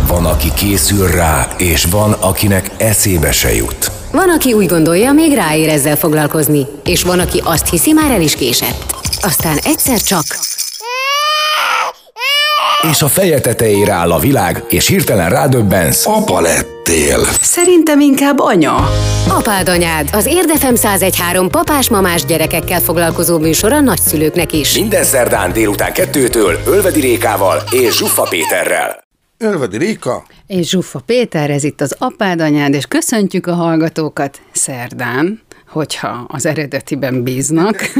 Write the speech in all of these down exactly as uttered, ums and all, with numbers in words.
Van, aki készül rá, és van, akinek eszébe se jut. Van, aki úgy gondolja, még ráér ezzel foglalkozni, és van, aki azt hiszi, már el is késett. Aztán egyszer csak... És a feje tetejére áll a világ, és hirtelen rádöbbensz. Apa lettél. Szerintem inkább anya. Apád anyád, az Érd ef em száz egy három papás-mamás gyerekekkel foglalkozó műsor a nagyszülőknek is. Minden szerdán délután kettőtől Ölvedi Rékával és Zsuffa Péterrel. Ölvedi Réka és Zsuffa Péter, ez itt az Apád anyád, és köszöntjük a hallgatókat szerdán, hogyha az eredetiben bíznak,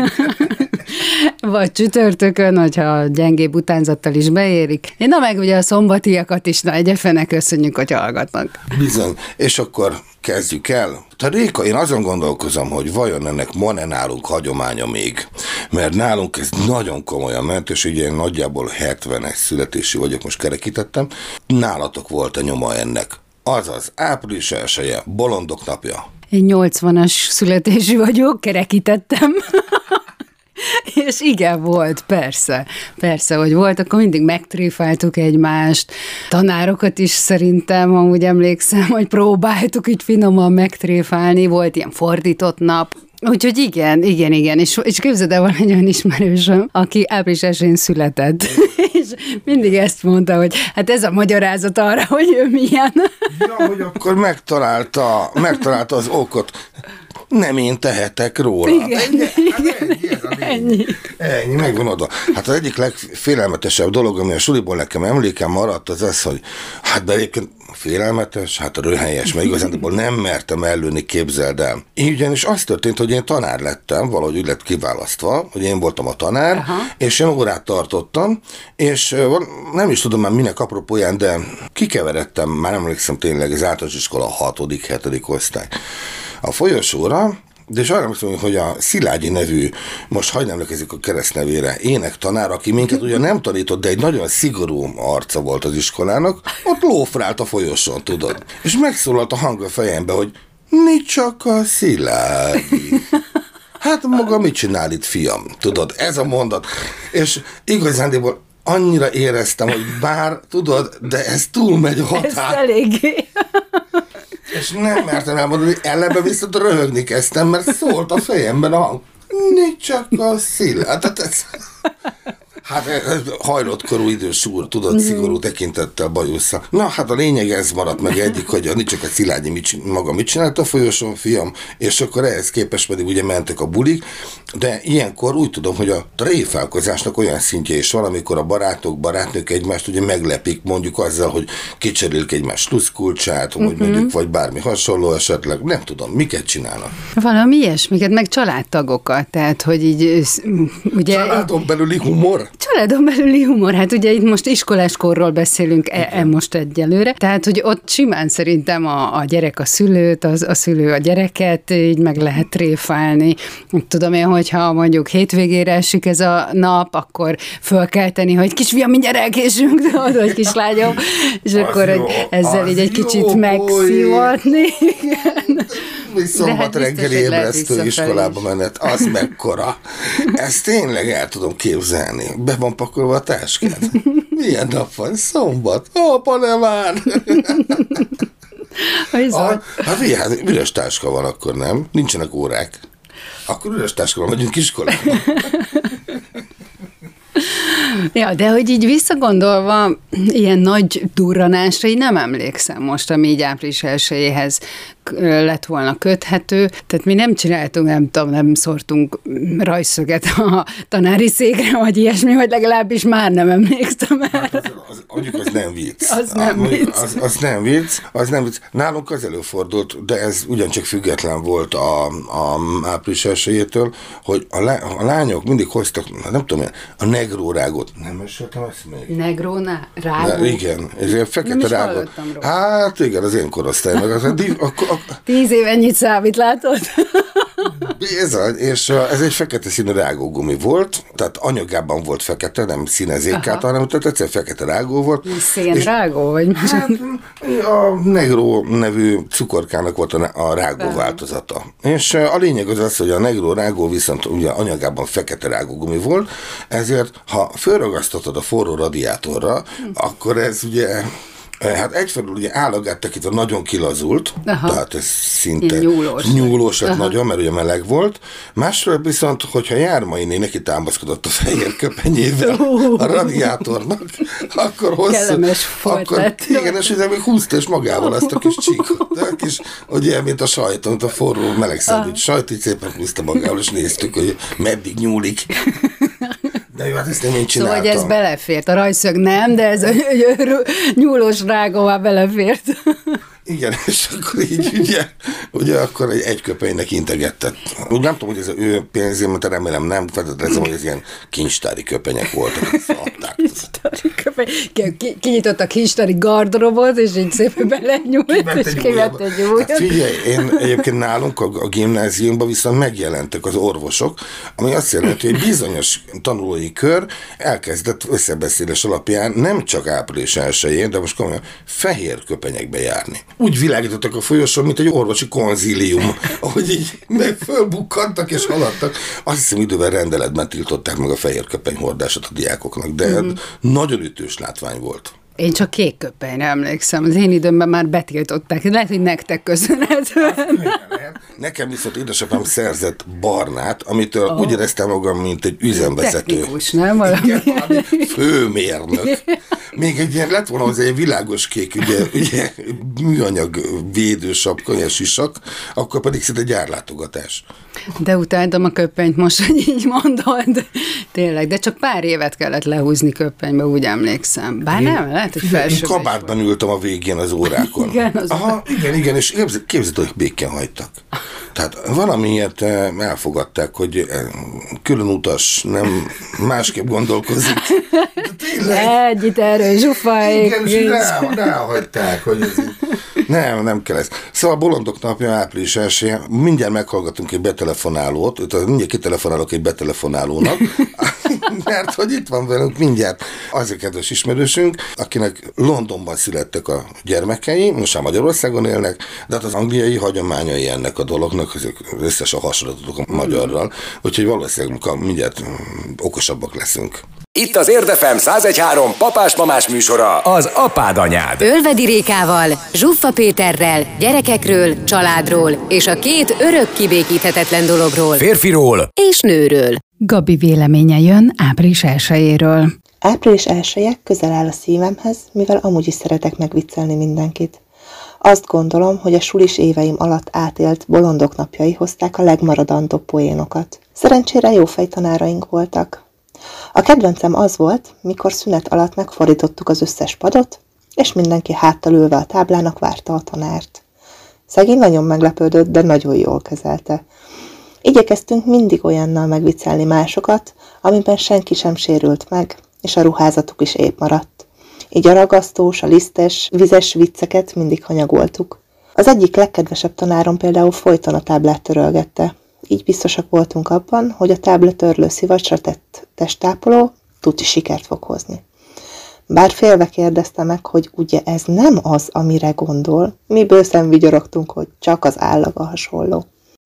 vagy csütörtökön, hogyha gyengébb utánzattal is beérik. Na meg ugye a szombatiakat is, na egyefene köszönjük, hogy hallgatnak. Bizony, és akkor kezdjük el. Te Réka, én azon gondolkozom, hogy vajon ennek van-e nálunk hagyománya még, mert nálunk ez nagyon komolyan ment, és ugye én nagyjából hetvenes születésű vagyok, most kerekítettem. Nálatok volt a nyoma ennek. Azaz, április elseje, bolondok napja. Én nyolcvanas születésű vagyok, kerekítettem. És igen, volt, persze, persze, hogy volt, akkor mindig megtréfáltuk egymást, tanárokat is szerintem, amúgy emlékszem, hogy próbáltuk így finoman megtréfálni, volt ilyen fordított nap. Úgyhogy igen, igen, igen, és, és képzeld el, van egy olyan ismerősöm, aki április elsején született, és mindig ezt mondta, hogy hát ez a magyarázat arra, hogy ő milyen. Ja, hogy akkor megtalálta, megtalálta az okot. Nem én tehetek róla. Igen, ennyi, igen. ennyi, ez a ennyi. ennyi, megvan oda. Hát az egyik legfélelmetesebb dolog, ami a suliból nekem emlékem maradt, az az, hogy hát de egyébként félelmetes, hát a röhelyes, mert igazándiból nem mertem ellőni, képzeld el. Én ugyanis az történt, hogy én tanár lettem, valahogy úgy lett kiválasztva, hogy én voltam a tanár, aha, és én órát tartottam, és nem is tudom már minek apropóján, de kikeveredtem, már nem emlékszem tényleg, az általános iskola hatodik, hetedik osztály. A folyosóra, de és arra emlékszem, hogy a Szilágyi nevű, most hagyd emlékezik a keresztnevére, énektanár, aki minket ugye nem tanított, de egy nagyon szigorú arca volt az iskolának, ott lófrált a folyosón, tudod. És megszólalt a hang a fejembe, hogy nincs csak a Szilágyi. Hát maga mit csinál itt, fiam? Tudod, ez a mondat. És igazándiból annyira éreztem, hogy bár, tudod, de ez túlmegy a határ. Ez eléggé. És nem mertem elmondani, ellenben viszont röhögni kezdtem, mert szólt a fejemben a hang. Nincs csak a Szilárd. Hát ez... Hát hajlott korú idős úr, tudod, szigorú tekintettel bajusza. Na, hát a lényeg ez maradt meg egyik, hogy a nincs csak a Szilágyi mit, maga mit csinált a folyosón, fiam, és akkor ehhez képest pedig ugye mentek a bulik, de ilyenkor úgy tudom, hogy a tréfálkozásnak olyan szintje is van, amikor a barátok, barátnők egymást ugye meglepik, mondjuk azzal, hogy kicserélik egymás sluszkulcsát, uh-huh. vagy mondjuk, vagy bármi hasonló esetleg, nem tudom, miket csinálnak. Valami ilyesmiket, meg családtagokat, tehát, hogy így ugye... Családon belüli humor? Családon belüli humor, hát ugye itt most iskoláskorról beszélünk e, e most egyelőre, tehát hogy ott simán szerintem a, a gyerek a szülőt, az, a szülő a gyereket, így meg lehet tréfálni. Tudom én, hogyha mondjuk hétvégére esik ez a nap, akkor fölkelteni, hogy kisfiam, mindjárt elkésünk, vagy kislányom, és az akkor jó, ezzel így egy kicsit megszívatni. Szombat reggeli ébresztő iskolába menet, az mekkora. Ezt tényleg el tudom képzelni. Be van pakolva a táskád. Milyen nap van? Szombat. Apa, ne vár! A, hát ilyen, üres táska van akkor, nem? Nincsenek órák. Akkor üres táska van, megyünk iskolába. Ja, de hogy így visszagondolva, ilyen nagy durranásra így nem emlékszem most, ami így április elsejéhez lett volna köthető. Tehát mi nem csináltunk, nem tudom, nem szórtunk rajszöget a tanári székre, vagy ilyesmi, vagy legalábbis már nem emlékszem erre. Hát az, az, mondjuk az nem vicc. Az nem az, vicc. Az, az nem vicc. Az nem vicc. Nálunk az előfordult, de ez ugyancsak független volt a, a április elsejétől, hogy a, lá, a lányok mindig hoztak, nem tudom, a negrórágót. Nem meséltem ezt még? Negróná? Rágó? De, igen, ez ilyen fekete rágó. Hát igen, az én korosztály, meg az a, a, a, Tíz évennyit számít, látod? Bizony, és ez egy fekete színű rágógumi volt, tehát anyagában volt fekete, nem színezékát, hanem tehát egyszer fekete rágó volt. Szénrágó, vagy? Hát, a Negró nevű cukorkának volt a, a rágó Aha. változata. És a lényeg az az, hogy a Negró rágó viszont ugye anyagában fekete rágógumi volt, ezért ha fölragasztottad a forró radiátorra, hm. akkor ez ugye Hát egyfelől ugye állagát tekintve nagyon kilazult, aha. Tehát ez szinte nyúlós, nyúlós lett nagyon, mert ugye meleg volt. Másról viszont, hogyha Jármainé neki támaszkodott a fehér köpenyével a radiátornak, akkor hosszú... Kellemes akkor, lett. Igen, és ugye még húzta és magával azt a kis csíkot, de a kis, ugye, mint a sajt, mint a forró meleg szendvics sajt, így szépen húzta magával, és néztük, hogy meddig nyúlik. De jó, hát ezt nem én csináltam. Szóval, hogy ez belefért. A rajszög nem, de ez a nyúlós rágóvá belefért. Igen, és akkor így ugye, ugye akkor egy, egy köpenynek integetett. Úgy nem tudom, hogy ez az ő pénzém, mert remélem nem, feltételezem, hogy ez ilyen kincstári köpenyek voltak. Kincstári köpeny. Kinyitott a kincstári gardrobot, és így szépen belenyúlt, és kivett egy újat. Hát figyelj, én egyébként nálunk a, a gimnáziumban viszont megjelentek az orvosok, ami azt jelenti, hogy bizonyos tanulói kör elkezdett összebeszélés alapján nem csak április elsején, de most komolyan fehér köpenyekbe járni. Úgy világítottak a folyosón, mint egy orvosi konzílium, ahogy így meg fölbukkantak és haladtak. Azt hiszem, idővel rendeletben tiltották meg a fehér köpenyhordását a diákoknak, de mm-hmm. nagyon ütős látvány volt. Én csak kék köpenyre emlékszem. Az én időmben már betiltották. Lehet, hogy nektek köszönhetően. Nekem viszont édesapám szerzett barnát, amitől oh. úgy éreztem magam, mint egy üzemvezető. Technikus, nem? Valami. Igen, valami főmérnök. Még egy ilyen lett volna az egy világos kék, ugye, ugye műanyag védősapka, ilyen sisak, akkor pedig szinte gyárlátogatás. De utáltam a köpenyt most, hogy így mondod. Tényleg, de csak pár évet kellett lehúzni köpenybe, úgy emlékszem. Bár én, nem, lehet, hogy felsőbb. Én kabátban ültem a végén az órákon. Igen, az Aha, igen, igen, és képzeld, hogy békén hagytak. Tehát valamiért elfogadták, hogy külön utas nem másképp gondolkozik. De együtt erről zsufajék. Igen, és rá, ráhagyták, hogy ez így. Nem, nem kell ez. Szóval a Bolondok napja április elsején, mindjárt meghallgatunk egy betelefonálót, mindjárt kitelefonálok egy betelefonálónak, mert hogy itt van velünk mindjárt az a kedves ismerősünk, akinek Londonban születtek a gyermekei, most már Magyarországon élnek, de hát az angliai hagyományai ennek a dolognak, azok összes a hasonlatok a magyarral, úgyhogy valószínűleg mindjárt okosabbak leszünk. Itt az Érd ef em száz egy három papás-mamás műsora, az Apád Anyád. Ölvedi Rékával, Zsuffa Péterrel, gyerekekről, családról és a két örök kibékíthetetlen dologról. Férfiról és nőről. Gabi véleménye jön április elsejéről. Április elseje közel áll a szívemhez, mivel amúgy is szeretek megviccelni mindenkit. Azt gondolom, hogy a sulis éveim alatt átélt Bolondok napjai hozták a legmaradandóbb poénokat. Szerencsére jó fejtanáraink voltak. A kedvencem az volt, mikor szünet alatt megfordítottuk az összes padot, és mindenki háttal ülve a táblának várta a tanárt. Szegény nagyon meglepődött, de nagyon jól kezelte. Igyekeztünk mindig olyannal megviccelni másokat, amiben senki sem sérült meg, és a ruházatuk is épp maradt. Így a ragasztós, a lisztes, vizes vicceket mindig hanyagoltuk. Az egyik legkedvesebb tanárom például folyton a táblát törölgette. Így biztosak voltunk abban, hogy a táblatörlő szivacsra tett testápoló tuti sikert fog hozni. Bár félve kérdezte meg, hogy ugye ez nem az, amire gondol, mi bőszen vigyorogtunk, hogy csak az állaga hasonló.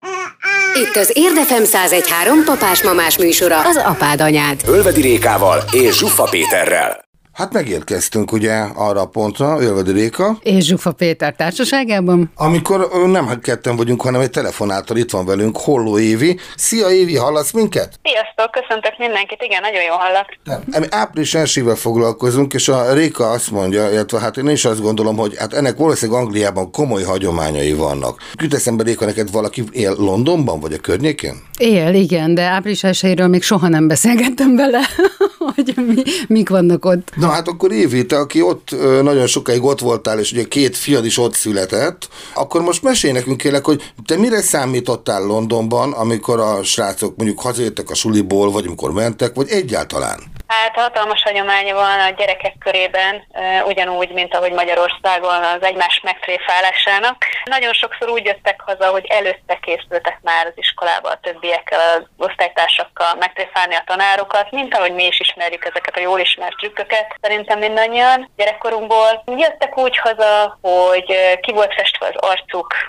Itt az Érd ef em száz egy három papás-mamás műsora, az Apád Anyád. Ölvedi Rékával és Zsuffa Péterrel. Hát megérkeztünk ugye arra a pontra, Ölvedi Réka. És Zsuffa Péter társaságában. Amikor nem ketten vagyunk, hanem egy telefonáltal itt van velünk Holló Évi. Szia Évi, hallasz minket? Sziasztok, köszöntök mindenkit, igen, nagyon jól hallak. Április elsejével foglalkozunk, és a Réka azt mondja, illetve hát én is azt gondolom, hogy hát ennek valószínűleg Angliában komoly hagyományai vannak. Jut eszembe, Réka, neked valaki él Londonban, vagy a környékén? Él, igen, de április elsejéről még soha nem beszélgettem vele, hogy mi, mik vannak ott. Na hát akkor Évi, te, aki ott nagyon sokáig ott voltál, és ugye két fiad is ott született, akkor most mesélj nekünk kérlek, hogy te mire számítottál Londonban, amikor a srácok mondjuk hazajöttek a suliból, vagy amikor mentek, vagy egyáltalán? Hát hatalmas hagyománya van a gyerekek körében, ugyanúgy, mint ahogy Magyarországon az egymás megtréfálásának. Nagyon sokszor úgy jöttek haza, hogy előtte készültek már az iskolába a többiekkel, az osztálytársakkal megtréfálni a tanárokat, mint ahogy mi is ismerjük ezeket a jól ismert trükköket. Szerintem mindannyian gyerekkorunkból jöttek úgy haza, hogy ki volt festve az arcuk,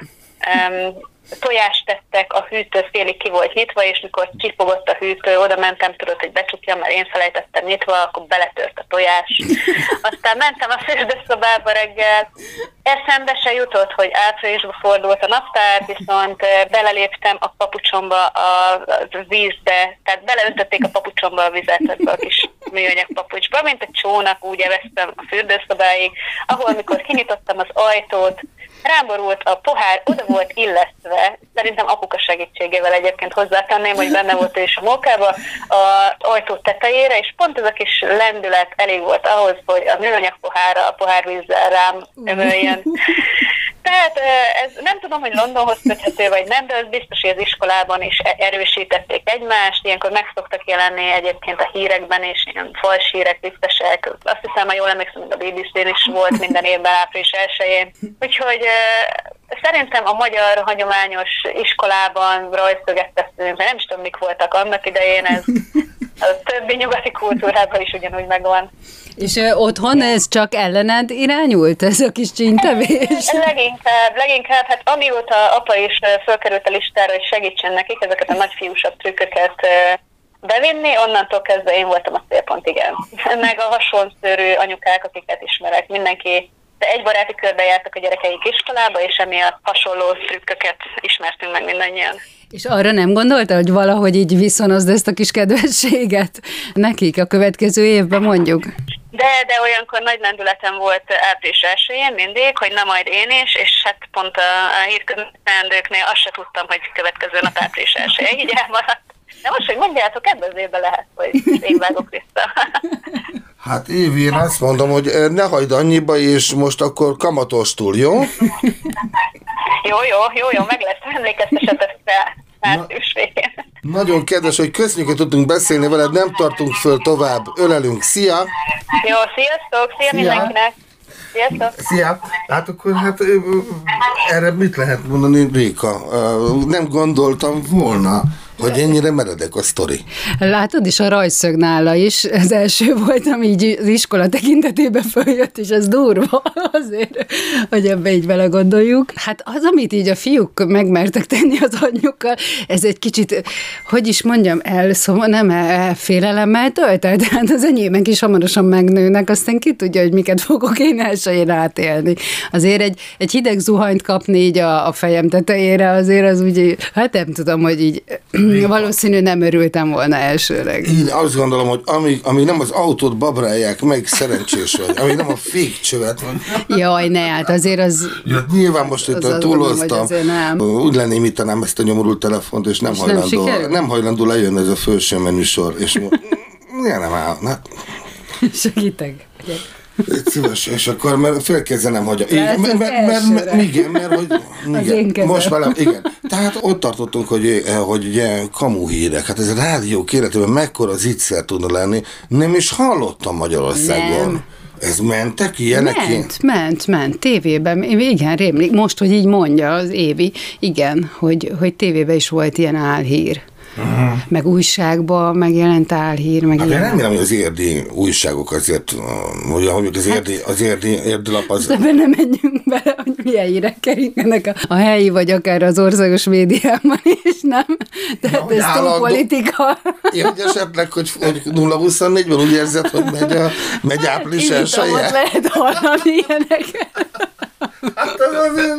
Um, tojást tettek, a hűtő félig ki volt nyitva, és mikor csipogott a hűtő, oda mentem, tudod, hogy becsukjam, mert én felejtettem nyitva, akkor beletört a tojás. Aztán mentem a fürdőszobába reggel, eszembe se jutott, hogy áprilisba fordult a naptár, viszont beleléptem a papucsomba a vízbe, tehát beleöntötték a papucsomba a vizet ebbe a kis műanyag papucsba, mint egy csónak, úgy eveztem a fürdőszobáig, ahol mikor kinyitottam az ajtót, rám borult a pohár, oda volt illesztve, szerintem apuka segítségével egyébként hozzátenném, hogy benne volt ő is a mókába, az ajtó tetejére, és pont ez a kis lendület elég volt ahhoz, hogy a műanyag pohárra, a pohárvízzel rám ömöljön. Tehát ez nem tudom, hogy Londonhoz köthető vagy nem, de az biztos, hogy az iskolában is erősítették egymást, ilyenkor meg szoktak jelenni egyébként a hírekben is, ilyen fals hírek, viccesek, azt hiszem, ha jól emlékszem, hogy a bé bé cén is volt minden évben április elsején. Úgyhogy szerintem a magyar hagyományos iskolában rajzszögettettünk, nem is tudom, mik voltak annak idején, ez a többi nyugati kultúrában is ugyanúgy megvan. És ö, otthon ez csak ellened irányult, ez a kis csíntevés? Leginkább, leginkább, hát amióta apa is fölkerült a listára, hogy segítsen nekik ezeket a nagyfiúsabb trükköket bevinni, onnantól kezdve én voltam a célpont, igen. Meg a hasonszőrű anyukák, akiket ismerek, mindenki, de egy baráti körbe jártak a gyerekeik iskolába, és emiatt hasonló trükköket ismertünk meg mindannyian. És arra nem gondolta, hogy valahogy így viszonozd ezt a kis kedvességet nekik a következő évben mondjuk? De, de olyankor nagy lendületem volt április elsején mindig, hogy na majd én is, és hát pont a, a hétköznapendőknél azt se tudtam, hogy következő nap április elsején így elmaradt. De most, hogy mondjátok, ebben az évben lehet, hogy én vágok vissza. Hát Évi, én azt mondom, hogy ne hagyd annyiba, és most akkor kamatostul, jó? Jó, jó, jó, jó, meg lesz, emlékeztesetek rá. Március végén. Nagyon kedves, hogy köszönjük, hogy tudtunk beszélni veled, nem tartunk föl tovább, ölelünk, szia! Jó, sziasztok, szia, szia. Mindenkinek! Sziasztok! Szia! Hát akkor hát erre mit lehet mondani, Réka? Nem gondoltam volna, hogy ennyire meredek a sztori. Látod, és a rajzszög nála is, az első volt, ami így az iskola tekintetében följött, és ez durva azért, hogy ebbe így belegondoljuk. Hát az, amit így a fiúk megmertek tenni az anyjukkal, ez egy kicsit, hogy is mondjam, elszom, nem el, félelemmel tölt el, tehát az enyémek is hamarosan megnőnek, aztán ki tudja, hogy miket fogok én elsőjén átélni. Azért egy, egy hideg zuhanyt kapni így a, a fejem tetejére, azért az úgy, hát nem tudom, hogy így valószínű nem örültem volna elsőleg. Én azt gondolom, hogy amíg, amíg nem az autót babrálják meg, szerencsés vagy. Amíg nem a fékcsövet van. Jaj, ne, hát azért az... Ja, nyilván most itt túloztam. Úgy lenném, itt nem ezt a nyomorult telefont, és nem és hajlandó. Nem, nem hajlandó lejönni ez a felső menüsor. És ja, nem áll. Segítek. Szíves, és akkor mert félkezze nem hagyja. Igen, mert, mert, mert, mert, igen, mert hogy igen, most velem, igen. Tehát ott tartottunk, hogy, hogy ugye kamu hírek, hát ez a rádió életében mekkora zicser tudna lenni, nem is hallottam Magyarországon. Nem. Ez mentek ilyenek? Ment, ment, ment, tévében, igen, rémlik, most, hogy így mondja az Évi, igen, hogy, hogy tévében is volt ilyen álhír. Uh-huh. Meg újságban megjelent álhír, meg hát ilyen. Remélem, hogy az érdi újságok azért, hogy ahogy az érdi, az érdi, érdi lap az... Ebben nem menjünk bele, hogy milyen hírek keringenek a, a helyi, vagy akár az országos médiában is, nem? Tehát ez túl politika. Én, hogy esetleg, hogy, hogy nulla huszonnégyben úgy érzed, hogy megy, a, megy április elsője. Ott lehet hallani ilyeneket. Hát ez azért,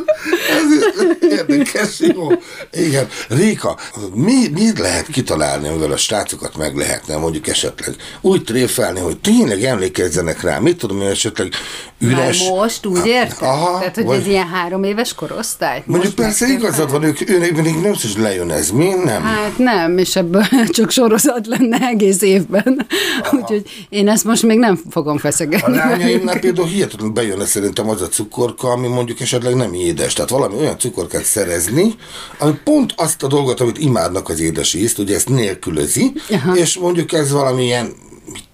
ez érdekes, jó. Igen. Réka, mi, mit lehet kitalálni, amivel a srácokat meg lehetne mondjuk esetleg úgy tréfelni, hogy tényleg emlékezzenek rá, mit tudom én esetleg üres... Már most úgy érted? Aha, tehát, hogy vagy... ez ilyen három éves korosztály? Mondjuk persze igazad van, ők, ők még nem is lejön ez, mi? Nem? Hát nem, és ebből csak sorozat lenne egész évben. Úgyhogy én ezt most még nem fogom feszegetni. A lányaimnál például hihetetlenül bejönne szerintem az a cukorka, ami mondjuk esetleg nem édes. Tehát valami olyan cukorkát szerezni, ami pont azt a dolgot, amit imádnak az édes ízt, ugye ezt nélkülözi, aha. És mondjuk ez valamilyen, mit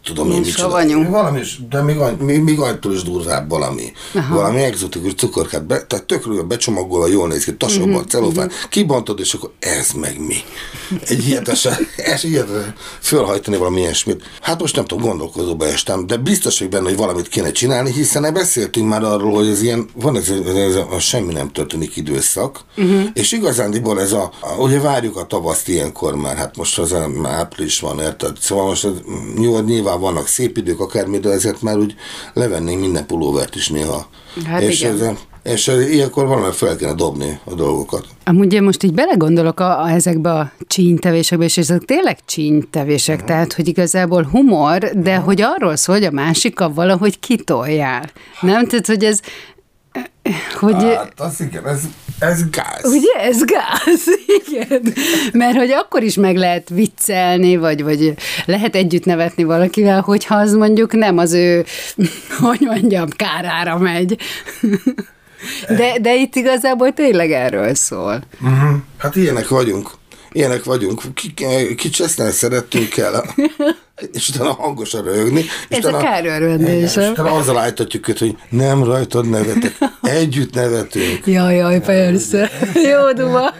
tudom én micsoda. Valami, de még, még, még attól is durvább valami. Aha. Valami egzotikus cukorkát, be, tehát tökről becsomagolva jól néz ki, tasokban, uh-huh, celophán, uh-huh. kibontod, és akkor ez meg mi. Egy hihetesen, ez hihetesen fölhajtani valami ilyesmit. Hát most nem tudom, gondolkozóba estem, de biztos vagyok benne, hogy valamit kéne csinálni, hiszen beszéltünk már arról, hogy ez ilyen, van ez, ez a, a semmi nem történik időszak, uh-huh. és igazándiból ez a, a, ugye várjuk a tavaszt ilyenkor már, hát most az április van, érted? Szóval most jó, nyilván vannak szép idők, akármi, de ezért már úgy levennénk minden pulóvert is néha. Hát és igen. Ez, és ilyenkor valami fel kéne dobni a dolgokat. Amúgy én most így belegondolok a, a, ezekbe a csínytevésekbe, és ezek tényleg csínytevések, mm. tehát, hogy igazából humor, de mm. hogy arról szól, hogy a másikkal valahogy kitoljál. Nem? Tehát, hogy ez... Hogy, hát, az igen, ez, ez gáz. Ugye, ez gáz, igen. Mert hogy akkor is meg lehet viccelni, vagy, vagy lehet együtt nevetni valakivel, hogyha az mondjuk nem az ő, hogy mondjam, kárára megy. De, de itt igazából tényleg erről szól. Uh-huh. Hát ilyenek vagyunk. Ilyenek vagyunk. Kicseszteni szerettünk el, és utána hangosan röhögni. Ez a kárörvendésem. És utána azzal álltatjuk őt, hogy nem rajtad nevetek, együtt nevetünk. Jaj, jaj, persze. Jó duma.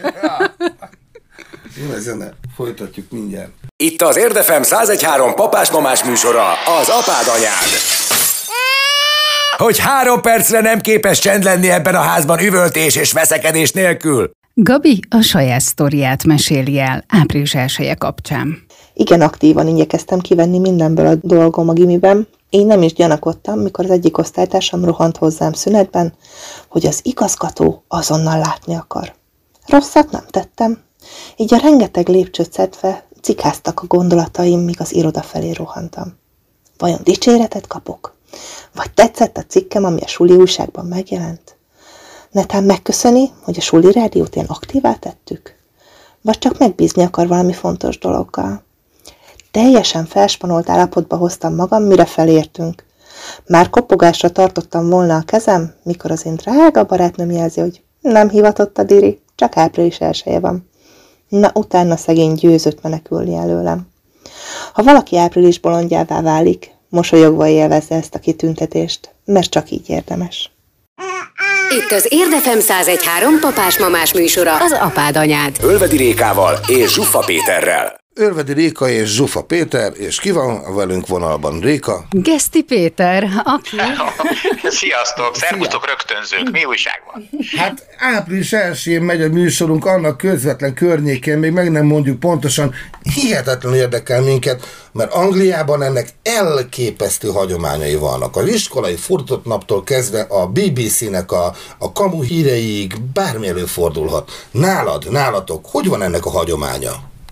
Jó zene, folytatjuk mindjárt. Itt az Érd ef em száz egy három papás-mamás műsora, az apád anyád. Hogy három percre nem képes csend lenni ebben a házban üvöltés és veszekedés nélkül. Gabi a saját sztoriát meséli el április elseje kapcsán. Igen, aktívan igyekeztem kivenni mindenből a dolgom a gimiben. Én nem is gyanakodtam, mikor az egyik osztálytársam rohant hozzám szünetben, hogy az igazgató azonnal látni akar. Rosszat nem tettem, így a rengeteg lépcsőt szedve cikáztak a gondolataim, míg az iroda felé rohantam. Vajon dicséretet kapok? Vagy tetszett a cikkem, ami a suli újságban megjelent? Netán megköszöni, hogy a suli rádiót ilyen aktívá tettük? Vagy csak megbízni akar valami fontos dologgal? Teljesen felspanolt állapotba hoztam magam, mire felértünk. Már kopogásra tartottam volna a kezem, mikor az én drága barátnőm jelzi, hogy nem hivatott a diri, csak április elseje van. Na, utána szegény győzött menekülni előlem. Ha valaki április bolondjává válik, mosolyogva élvezze ezt a kitüntetést, mert csak így érdemes. Itt az Érd ef em száz egy három papás-mamás műsora, az apád anyád. Ölvedi Rékával és Zsuffa Péterrel. Ölvedi Réka és Zsuffa Péter, és ki van velünk vonalban? Réka? Geszti Péter, aki... Sziasztok, szervusztok rögtönzők, mi újság van? Hát április elsején megy a műsorunk, annak közvetlen környékén, még meg nem mondjuk pontosan, hihetetlen érdekel minket, mert Angliában ennek elképesztő hagyományai vannak. Az iskolai fordított naptól kezdve a bé bé cé-nek a, a kamu híreig bármi előfordulhat. Nálad, nálatok, hogy van ennek a hagyománya?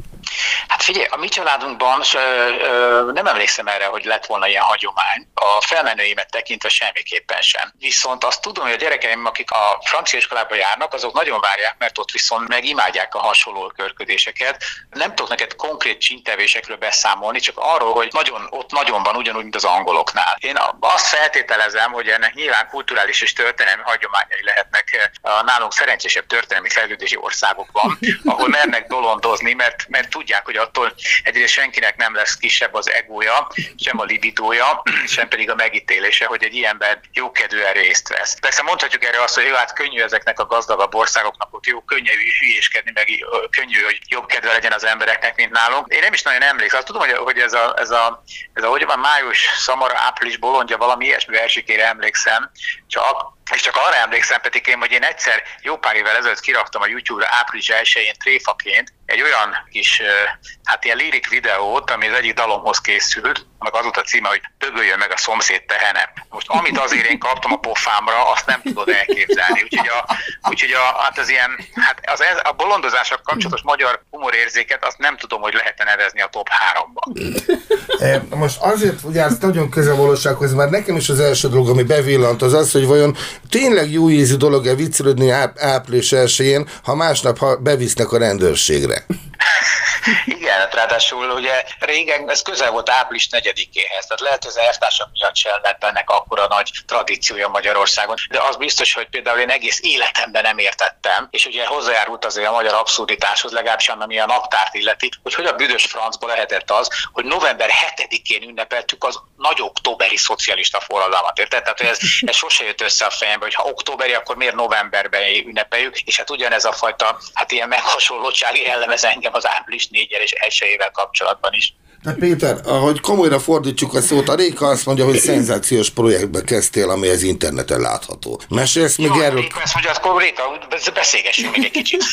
Hát figyelj, a mi családunkban ö, ö, nem emlékszem erre, hogy lett volna ilyen hagyomány. A felmenőimet tekintve semmiképpen sem. Viszont azt tudom, hogy a gyerekeim, akik a francia iskolába járnak, azok nagyon várják, mert ott viszont meg imádják a hasonló körködéseket. Nem tudok neked konkrét csíntevésekről beszámolni, csak arról, hogy nagyon, ott nagyon van, ugyanúgy, mint az angoloknál. Én azt feltételezem, hogy ennek nyilván kulturális és történelmi hagyományai lehetnek a nálunk szerencsésebb történelmi fejlődési országokban, ahol mernek dolondozni, mert, mert tudják, hogy attól egyrészt senkinek nem lesz kisebb az egója, sem a libidója, sem pedig a megítélése, hogy egy ilyenben jókedvűen részt vesz. Persze mondhatjuk erre azt, hogy jó, hát könnyű ezeknek a gazdagabb országoknak, ott jó, könnyű hülyéskedni, meg könnyű, hogy jobb kedve legyen az embereknek, mint nálunk. Én nem is nagyon emlékszem. Azt tudom, hogy, hogy ez a, ez a, ez a hogy van, május, szamara, április, bolondja, valami ilyesmi versikére emlékszem, csak és csak arra emlékszem, Petikém, hogy én egyszer jó pár évvel ezelőtt kiraktam a YouTube-ra április elsején tréfaként egy olyan kis, hát ilyen lirik videót, ami az egyik dalomhoz készült, annak az volt a címe, hogy Dögöljön meg a szomszéd tehene. Most amit azért én kaptam a pofámra, azt nem tudod elképzelni. Úgyhogy, a, úgyhogy a, hát az ilyen, hát az, a bolondozással kapcsolatos magyar humorérzéket azt nem tudom, hogy lehetne nevezni a top háromba. Most azért, ugye ez nagyon közel valósághoz, mert nekem is az első dolog, ami bevillant, az az, hogy vajon tényleg jó ízű dolog-e viccelődni áp- április elsején, ha másnap ha bevisznek a rendőrségre. Igen, Igen, ráadásul ugye régen ez közel volt április negyedikéhez, tehát lehet, hogy az elvtársak miatt sem lett ennek akkora nagy tradíciója Magyarországon, de az biztos, hogy például én egész életemben nem értettem, és ugye hozzájárult azért a magyar abszurditáshoz, legalábbis ami a naptárt illeti, hogy hogy a büdös francba lehetett az, hogy november hetedikén ünnepeltük az nagy októberi szocialista forradalmat, érted? Tehát ez, ez sose jött össze a fejembe, hogy ha októberi, akkor miért novemberben ünnepeljük, és hát ugyanez a fajta, hát ilyen meghasonlottság jellemez engem az április negyedike és elsejével kapcsolatban is. De Péter, ahogy komolyra fordítsuk a szót, a Réka azt mondja, hogy szenzációs projektbe kezdtél, ami az interneten látható. Mesélsz még Jó, erről? Réka ezt mondja, akkor Réka, beszélgessünk még egy kicsit.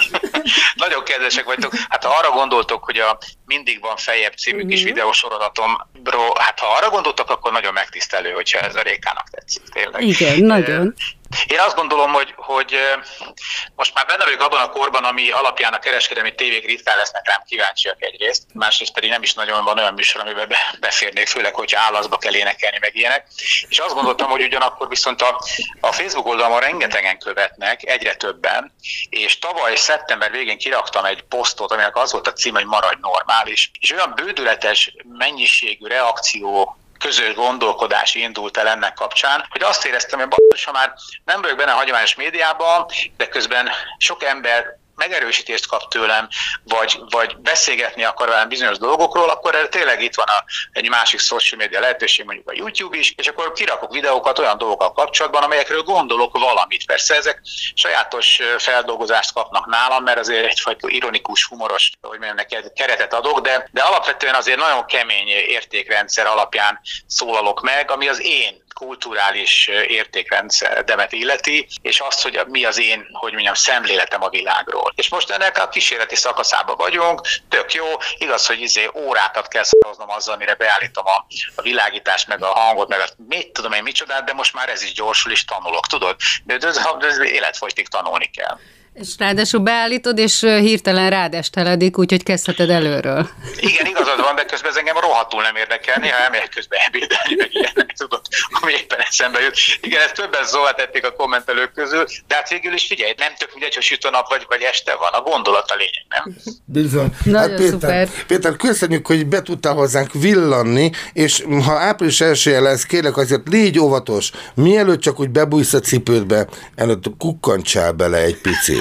Nagyon kedvesek vagytok. Hát ha arra gondoltok, hogy a Mindig van feljebb című uh-huh. kis videósorozatomról, hát ha arra gondoltok, akkor nagyon megtisztelő, hogyha ez a Rékának tetszik, tényleg. Igen, nagyon. Én azt gondolom, hogy, hogy most már benne vagyok abban a korban, ami alapján a kereskedelmi tévék ritkán lesznek rám kíváncsiak egyrészt, másrészt pedig nem is nagyon van olyan műsor, amiben beférnék, főleg, hogyha állaszba kell énekelni, meg ilyenek. És azt gondoltam, hogy ugyanakkor viszont a, a Facebook oldalon rengetegen követnek, egyre többen, és tavaly szeptember végén kiraktam egy posztot, aminek az volt a cím, hogy maradj normális, és olyan bődületes mennyiségű reakció, közös gondolkodás indult el ennek kapcsán, hogy azt éreztem, hogy basszus, ha már nem vagyok benne a hagyományos médiában, de közben sok ember megerősítést kap tőlem, vagy, vagy beszélgetni akar velem bizonyos dolgokról, akkor erre tényleg itt van a, egy másik social media lehetőség, mondjuk a YouTube is, és akkor kirakok videókat olyan dolgokkal kapcsolatban, amelyekről gondolok valamit. Persze ezek sajátos feldolgozást kapnak nálam, mert azért egyfajta ironikus, humoros, hogy mondjam, neked keretet adok, de, de alapvetően azért nagyon kemény értékrendszer alapján szólalok meg, ami az én kulturális értékrendszeremet illeti, és azt, hogy mi az én, hogy mondjam, szemléletem a világról. És most ennek a kísérleti szakaszában vagyunk, tök jó, igaz, hogy izé órákat kell szoroznom azzal, amire beállítom a, a világítást, meg a hangot, meg a mit tudom én micsodát, de most már ez is gyorsul, és tanulok, tudod? De ez, ez életfogytig tanulni kell. És ráadásul beállítod, és hirtelen rád esteledik, úgyhogy kezdheted előről. Igen, igazad van, de közben ez engem rohadtul nem érdekel, néha elmegyek közben ebédelni, meg ilyenek, tudod, ami éppen eszembe jut. Igen, ezt többen szóval tették a kommentelők közül, de hát végül is figyelj, nem tök mindegy, hogy süt a nap vagy, vagy este van, a gondolat a lényeg, nem? Bizony. Nagyon hát Péter, szuper. Péter, köszönjük, hogy be tudtál hozzánk villanni, és ha április elsője lesz, kérlek azért légy óvatos, mielőtt csak úgy bebújsz a cipődbe, előtt kukkantsál bele egy picit.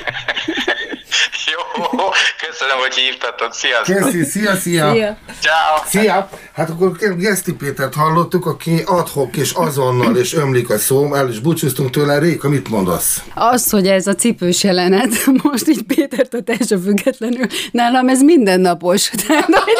Jó, köszönöm, hogy hívtatok. Sziasztok! Köszi, szia, szia! Szia. Ciao. Szia! Hát akkor Geszti Pétert hallottuk, aki adhok és azonnal és ömlik a szó, el is búcsúztunk tőle. Réka, mit mondasz? Az, hogy ez a cipős jelenet, most így Pétertől teljesen függetlenül, nálam ez mindennapos. Tehát, hogy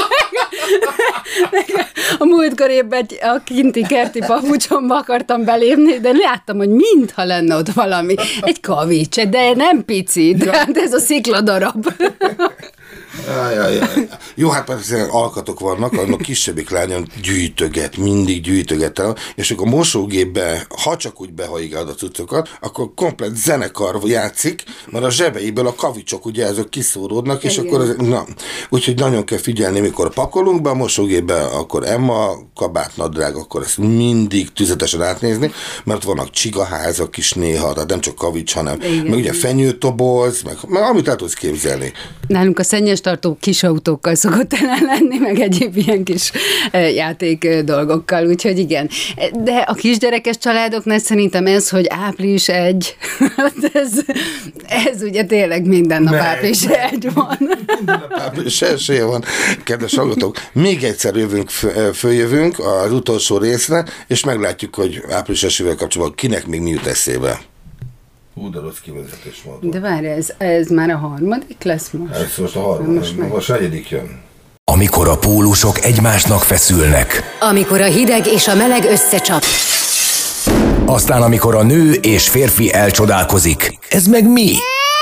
a múltkor éppen a kinti kerti papucsomba akartam belépni, de láttam, hogy mintha lenne ott valami. Egy kavics, de nem pici, de ez a szikladarab. Ajajaj. Jó, hát persze alkatok vannak, annak kisebbik lányon gyűjtöget, mindig gyűjtöget el, és akkor a mosógépbe, ha csak úgy behajigálod a cuccokat, akkor komplet zenekar játszik, mert a zsebeiből a kavicsok ugye ezek kiszóródnak, és igen. Akkor az, na, úgyhogy nagyon kell figyelni, mikor pakolunk be a mosógépbe, akkor Emma, kabát, nadrág, akkor ezt mindig tüzetesen átnézni, mert vannak csigaházak is néha, tehát nem csak kavics, hanem igen. Meg ugye fenyőtoboz, meg, meg amit el tudsz képzelni. Nálunk a szennyes tartó kis autókkal szokott ellen lenni, meg egyéb ilyen kis játék dolgokkal, úgyhogy igen. De a kisgyerekes családoknál szerintem ez, hogy április egy, ez, ez ugye tényleg minden nap április egy van. Minden nap április elsője van. Kedves hallgatók, még egyszer jövünk, följövünk az utolsó részre, és meglátjuk, hogy április elsővel kapcsolatban kinek még mi jut eszébe. Hú, de rossz kivezetés mondom. De várj, ez, ez már a harmadik lesz most? Ez most a harmadik, most, most, most negyedik jön. Amikor a pólusok egymásnak feszülnek. Amikor a hideg és a meleg összecsap. Aztán amikor a nő és férfi elcsodálkozik. Ez meg mi?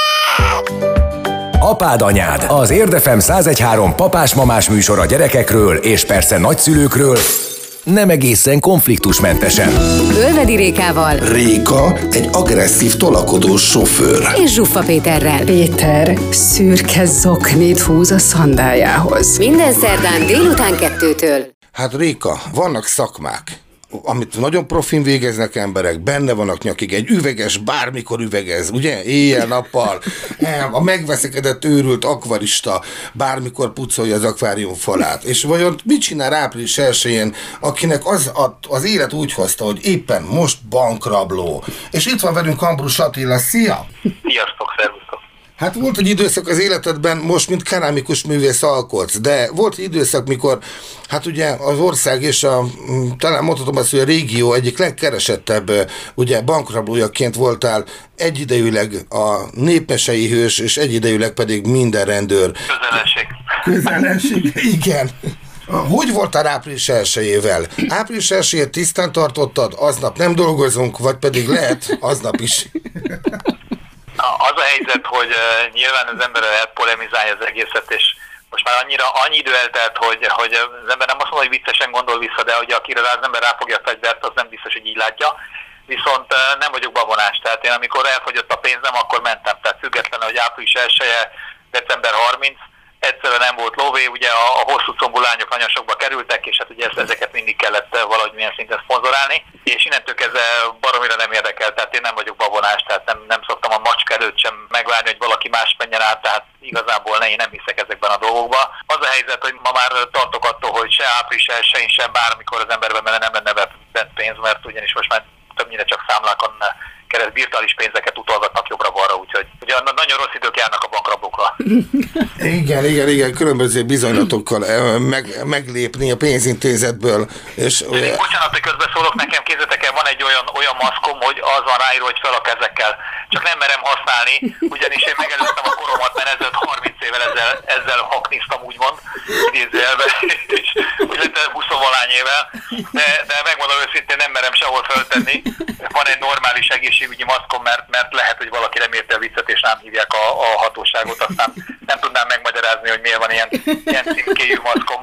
Apád anyád, az Érd ef em száz egy három papás-mamás műsor a gyerekekről és persze nagyszülőkről, nem egészen konfliktusmentesen. Ölvedi Rékával. Réka egy agresszív tolakodó sofőr. És Zsuffa Péterrel. Péter szürke zoknit húz a szandájához. Minden szerdán délután kettőtől. Hát Réka, vannak szakmák, amit nagyon profin végeznek emberek, benne vannak nyakig, egy üveges bármikor üvegez, ugye? Éjjel-nappal, a megveszekedett őrült akvarista bármikor pucolja az akvárium falát. És vajon mit csinál április elsején, akinek az, az élet úgy hozta, hogy éppen most bankrabló. És itt van velünk Ambrus Attila, szia! Sziasztok, szervusztok! Hát volt egy időszak az életedben, most mint kerámikus művész alkotsz, de volt egy időszak, mikor hát ugye az ország és a, talán mondhatom azt, hogy a régió egyik legkeresettebb ugye bankrablójaként voltál egyidejűleg a népmesei hős, és egyidejűleg pedig minden rendőr. Közelenség. Közelenség, igen. Hogy voltál április elsejével? április elsejét tisztán tartottad, aznap nem dolgozunk, vagy pedig lehet aznap is? Az a helyzet, hogy uh, nyilván az ember elpolemizálja az egészet, és most már annyira annyi idő eltelt, hogy, hogy az ember nem azt mondja, hogy viccesen gondol vissza, de hogy akire az ember ráfogja a fegyvert, az nem biztos, hogy így látja. Viszont uh, nem vagyok babonás, tehát én amikor elfogyott a pénzem, akkor mentem. Tehát függetlenül, hogy április elseje, december harmincadika, egyszerűen nem volt lóvé, ugye a, a hosszú combú lányok nagyon sokba kerültek, és hát ugye ezt, ezeket mindig kellett valahogy milyen szinten szponzorálni, és innentől kezdve baromira nem érdekel, tehát én nem vagyok babonás, tehát nem, nem szoktam a macska előtt sem megvárni, hogy valaki más menjen át, tehát igazából ne, én nem hiszek ezekben a dolgokban. Az a helyzet, hogy ma már tartok attól, hogy se április elsején, se bármikor az emberben nem lenne vett pénz, mert ugyanis most már többnyire csak számlákon kereszt virtuális pénzeket utalgatnak jobbra-balra, úgyhogy ugye nagyon rossz idők járnak a bankrablókra. Igen, igen, igen, különböző bizonylatokkal meg, meglépni a pénzintézetből. És, ugye... Bocsánat, hogy közbeszólok, nekem kézzetek el, van egy olyan, olyan maszkom, hogy az van ráírva, hogy fel a kezekkel. Csak nem merem használni, ugyanis én megelőztem a koromat, mert ezelőtt harminc évvel ezzel, ezzel hakniztam, úgymond, idézőjelbe, és úgy lett húsz-valány évvel, de, de megmondom őszintén, nem merem sehol föltenni. Van egy normális egészségügyi maszkom, mert, mert lehet, hogy valaki nem érte a viccet, és nem hívják a, a hatóságot, aztán nem tudnám megmagyarázni, hogy miért van ilyen, ilyen címkéjű maszkom.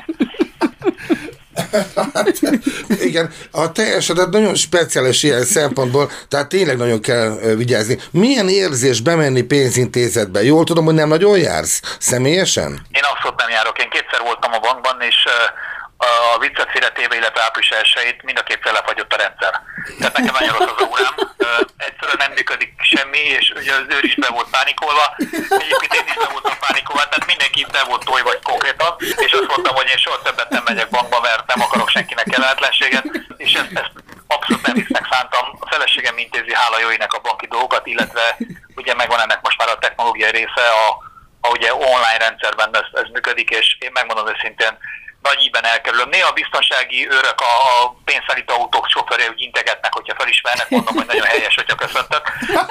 Hát, igen, a te eseted nagyon speciális ilyen szempontból, tehát tényleg nagyon kell vigyázni. Milyen érzés bemenni pénzintézetbe? Jól tudom, hogy nem nagyon jársz személyesen? Én abszolút nem járok. Én kétszer voltam a bankban, és a viccet félretéve, illetve április elsejét mind a kétszer lefagyott a rendszer. Tehát nekem nagyon rossz az órám. Egyszerűen nem működik semmi, és ugye az őr is be volt pánikolva. Egyébként én is be voltam pánikolva, tehát mindenki be volt tojva konkrétan, és azt mondtam, hogy én soha többet nem megyek bankba, mert nem akarok senkinek kellemetlenséget, és ezt, ezt abszolút nem visznek szántam. A feleségem intézi, hála jó ének, a banki dolgokat, illetve ugye megvan ennek most már a technológiai része, a, a ugye online rendszerben ez, ez működik, és én megmondom őszintén, nagy íben elkerülöm. Néha a biztonsági őrök, a, a pénzszállító autók sofőrje úgy integetnek, hogyha felismernek, mondom, hogy nagyon helyes, hogyha köszöntök.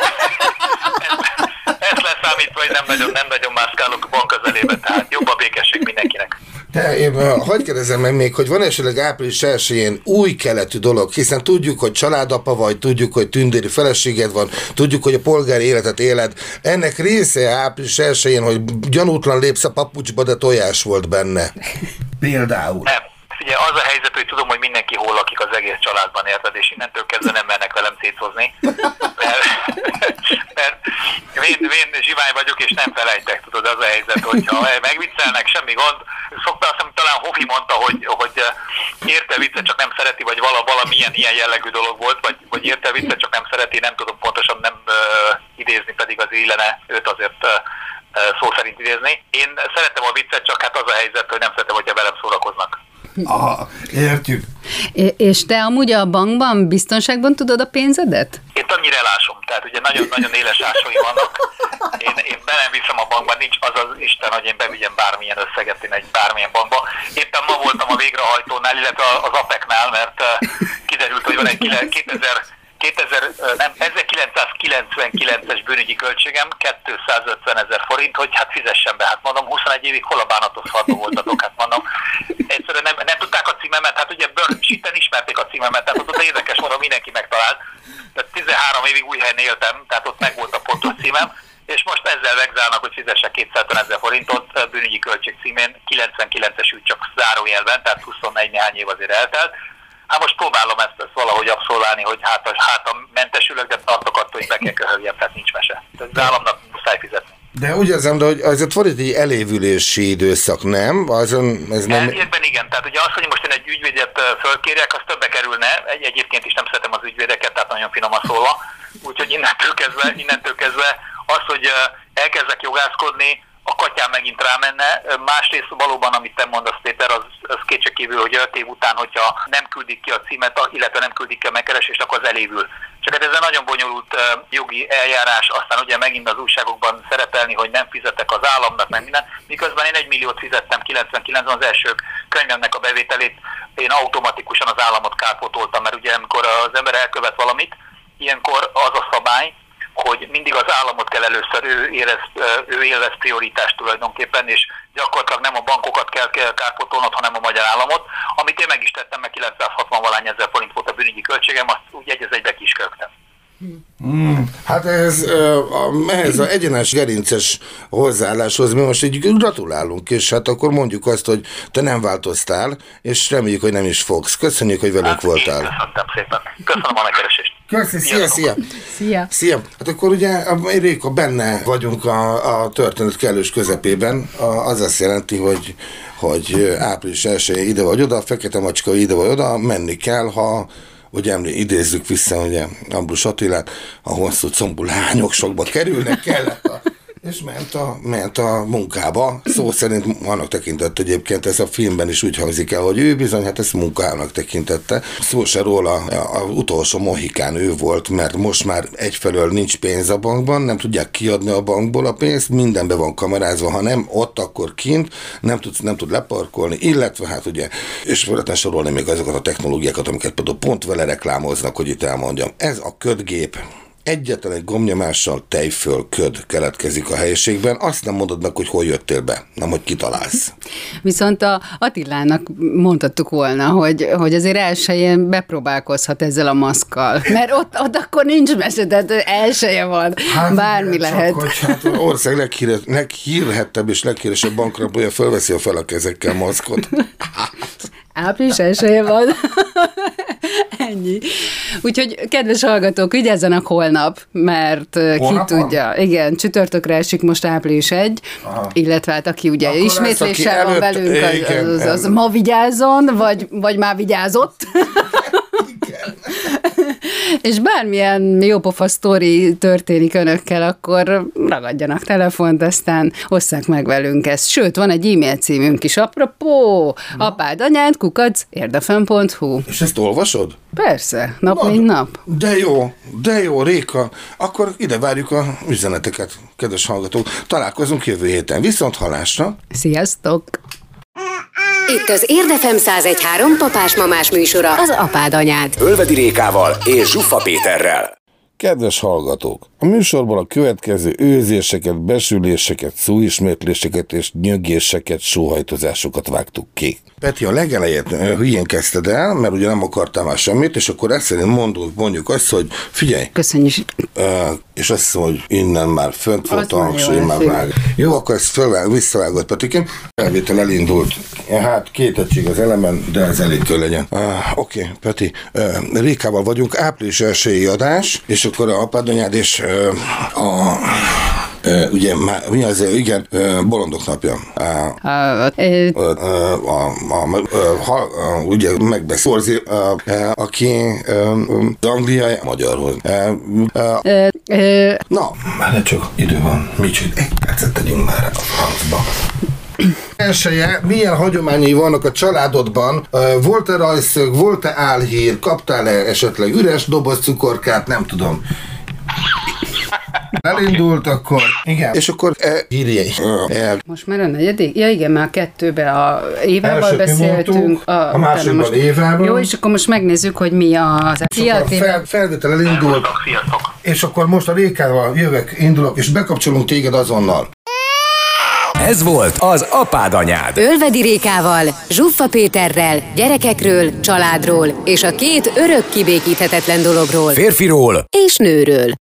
Ezt leszámítva, hogy nem nagyon, nem nagyon mászkálok a bank közelébe, tehát jobb a békesség mindenkinek. De én hadd kérdezem meg még, hogy van esetleg április elsején új keletű dolog, hiszen tudjuk, hogy családapa vagy, tudjuk, hogy tündéri feleséged van, tudjuk, hogy a polgári életet éled. Ennek része április elsején, hogy gyanútlan lépsz a papucsba, de tojás volt benne. Például. Nem. Ugye az a helyzet, hogy tudom, hogy mindenki hol lakik az egész családban, érted, és innentől kezdve nem mernek velem szétszozni, mert, mert én, én zsivány vagyok, és nem felejtek, tudod, az a helyzet, hogyha megviccelnek, semmi gond. Szokta, azt hiszem, talán Hofi mondta, hogy, hogy érte viccet, csak nem szereti, vagy vala, valamilyen ilyen jellegű dolog volt, vagy, vagy érte viccet, csak nem szereti, nem tudom pontosan nem uh, idézni, pedig az illene őt azért uh, szó szerint idézni. Én szeretem a viccet, csak hát az a helyzet, hogy nem szeretem, hogyha velem szórakoznak. Aha, értjük. É- és te amúgy a bankban biztonságban tudod a pénzedet? Én annyira elásom, tehát ugye nagyon-nagyon éles ásói vannak. Én, én be nem viszem a bankban, nincs az az Isten, hogy én bevigyem bármilyen összeget én egy bármilyen bankba. Éppen ma voltam a végrehajtónál, illetve az á pé é knál, mert kiderült, hogy van egy kétezer kétezer, nem, ezerkilencszázkilencvenkilences bűnügyi költségem, kétszázötven ezer forint, hogy hát fizessen be. Hát mondom, huszonegy évig hol a bánatozható voltatok, hát mondom. Egyszerűen nem, nem tudták a címemet, hát ugye Börcsiten ismerték a címemet, tehát ott érdekes, mondom, mindenki megtalált. Tehát tizenhárom évig új helyen éltem, tehát ott megvolt a pontos címem, és most ezzel vegzálnak, hogy fizessek kétszázötven ezer forintot bűnügyi költség címén, kilencvenkilences ügy csak zárójelben, tehát huszonegy néhány év azért eltelt. Hát most próbálom ezt, ezt valahogy abszolválni, hogy hát, hát a mentesülök, de tartok attól, hogy be kell köhöljebb, tehát nincs mese. Tehát az államnak muszáj fizetni. De úgy érzem, de hogy azért volt egy elévülési időszak, nem? Azon, ez nem... Elviekben igen, tehát ugye az, hogy most én egy ügyvédet fölkérjek, az többe kerülne. Egy, egyébként is nem szeretem az ügyvédeket, tehát nagyon finoman szólva. Úgyhogy innentől kezdve, innentől kezdve az, hogy elkezdek jogászkodni, a katyán megint rámenne. Másrészt valóban, amit te mondasz, Péter, az, az kétségkívül, hogy öt év után, hogyha nem küldik ki a címet, illetve nem küldik ki a megkeresést, akkor az elévül. Csak ez egy nagyon bonyolult jogi eljárás, aztán ugye megint az újságokban szerepelni, hogy nem fizetek az államnak, nem minden. Miközben én egy milliót fizettem kilencvenkilencben az első könyvemnek a bevételét, én automatikusan az államot kárpótoltam, mert ugye amikor az ember elkövet valamit, ilyenkor az a szabály, hogy mindig az államot kell először, ő, érez, ő élvez prioritást tulajdonképpen, és gyakorlatilag nem a bankokat kell kárpótolnod, hanem a magyar államot, amit én meg is tettem, meg kilencszázhatvan valány ezer forint volt a bűnügyi költségem, azt úgy egy az egybe ki is költem. Hmm. Hát ez, ehhez az egyenes gerinces hozzáálláshoz mi most így gratulálunk, és hát akkor mondjuk azt, hogy te nem változtál, és reméljük, hogy nem is fogsz. Köszönjük, hogy velünk hát, voltál. Köszönöm szépen. Köszönöm a megkeresést. Köszönöm, szia, szia. Szia. Szia. Hát akkor ugye, Réka, benne vagyunk a, a történet kellős közepében. A, az azt jelenti, hogy, hogy április elsője ide vagy oda, Fekete Macska ide vagy oda, menni kell, ha ugye idézzük vissza, ugye Ambrus Attilát, a hosszú combú lányok sokba kerülnek, kellett a, és ment a, ment a munkába. Szó szerint annak tekintett egyébként, ez a filmben is úgy hangzik el, hogy ő bizony, hát ezt munkának tekintette. Szó se róla, az utolsó mohikán ő volt, mert most már egyfelől nincs pénz a bankban, nem tudják kiadni a bankból a pénzt, mindenbe van kamerázva, ha nem ott, akkor kint, nem tud, nem tud leparkolni, illetve hát ugye, és lehetne sorolni még azokat a technológiákat, amiket például pont vele reklámoznak, hogy itt elmondjam. Ez a ködgép. Egyetlen egy gombnyomással tejföl köd keletkezik a helyiségben, azt nem mondod meg, hogy hol jöttél be, nem, hogy kitalálsz. Viszont a Attilának mondhattuk volna, hogy, hogy azért elsőjén bepróbálkozhat ezzel a maszkkal, mert ott, ott akkor nincs mese, tehát elsője van, hát, bármi lehet. Csak, hogy hát az ország leghíre, leghírhettebb és leghíresebb bankrabója fölveszi a fel a kezekkel maszkot. Április elsője van. Ennyi. Úgyhogy, kedves hallgatók, vigyázzanak holnap, mert holnap ki tudja. Van? Igen, csütörtökre esik most április egy, aha, illetve hát aki ugye akkor ismétléssel van előtt, velünk, az, az, az, az ma vigyázzon, vagy, vagy már vigyázott. Igen. És bármilyen jópofa sztori történik önökkel, akkor ragadjanak telefont, aztán osszák meg velünk ezt. Sőt, van egy e-mail címünk is, apropó, apád anyád, kukac, érdefem pont hu. És ezt olvasod? Persze, nap Na, mint nap. De jó, de jó, Réka. Akkor ide várjuk a üzeneteket, kedves hallgatók. Találkozunk jövő héten. Viszont hallásra. Sziasztok! Itt az Érdefem száz egy három papás-mamás műsora, az apád anyád. Ölvedi Rékával és Zsuffa Péterrel. Kedves hallgatók! A műsorban a következő őzéseket, besüléseket, szóismétléseket és nyögéseket, sóhajtozásokat vágtuk ki. Peti, a legelejét hülyén kezdted el, mert ugye nem akartál már semmit, és akkor ezt szerint mondjuk, mondjuk azt, hogy figyelj! Köszönjük! Uh, és azt mondja, hogy innen már fönt volt a hangsúly, már vág. Jó, akkor ezt fölvág, visszavágott Petikém. Elvétel elindult. Hát két egység az elemen, de ez elég kell legyen. Uh, Oké, okay, Peti, uh, Rékával vagyunk, április elsői adás, és akkor a apád anyád és uh, a... Uh, ugye, má, mi az, igen, uh, bolondok napja. Uh, uh, uh, uh, a, a, uh, ha, uh, ugye megbeszélzi, uh, uh, aki uh, az angliai magyarhoz. Uh, uh, uh, uh, na, már csak idő van, micsit, egy percet tegyünk már a francba. Elsője, milyen hagyományai vannak a családodban? Volt-e rajszög, volt-e álhír, kaptál-e esetleg üres doboz cukorkát, nem tudom. Elindult akkor. Igen. És akkor e, írjél. E, most már a negyedik? Ja igen, már kettőben a Évával beszéltünk. A, a másodban most, Évával. Jó, és akkor most megnézzük, hogy mi az. A fel, felvétel elindult. És akkor most a Rékával jövök, indulok, és bekapcsolunk téged azonnal. Ez volt az apád anyád. Ölvedi Rékával, Zsuffa Péterrel, gyerekekről, családról és a két örök kibékíthetetlen dologról. Férfiról és nőről.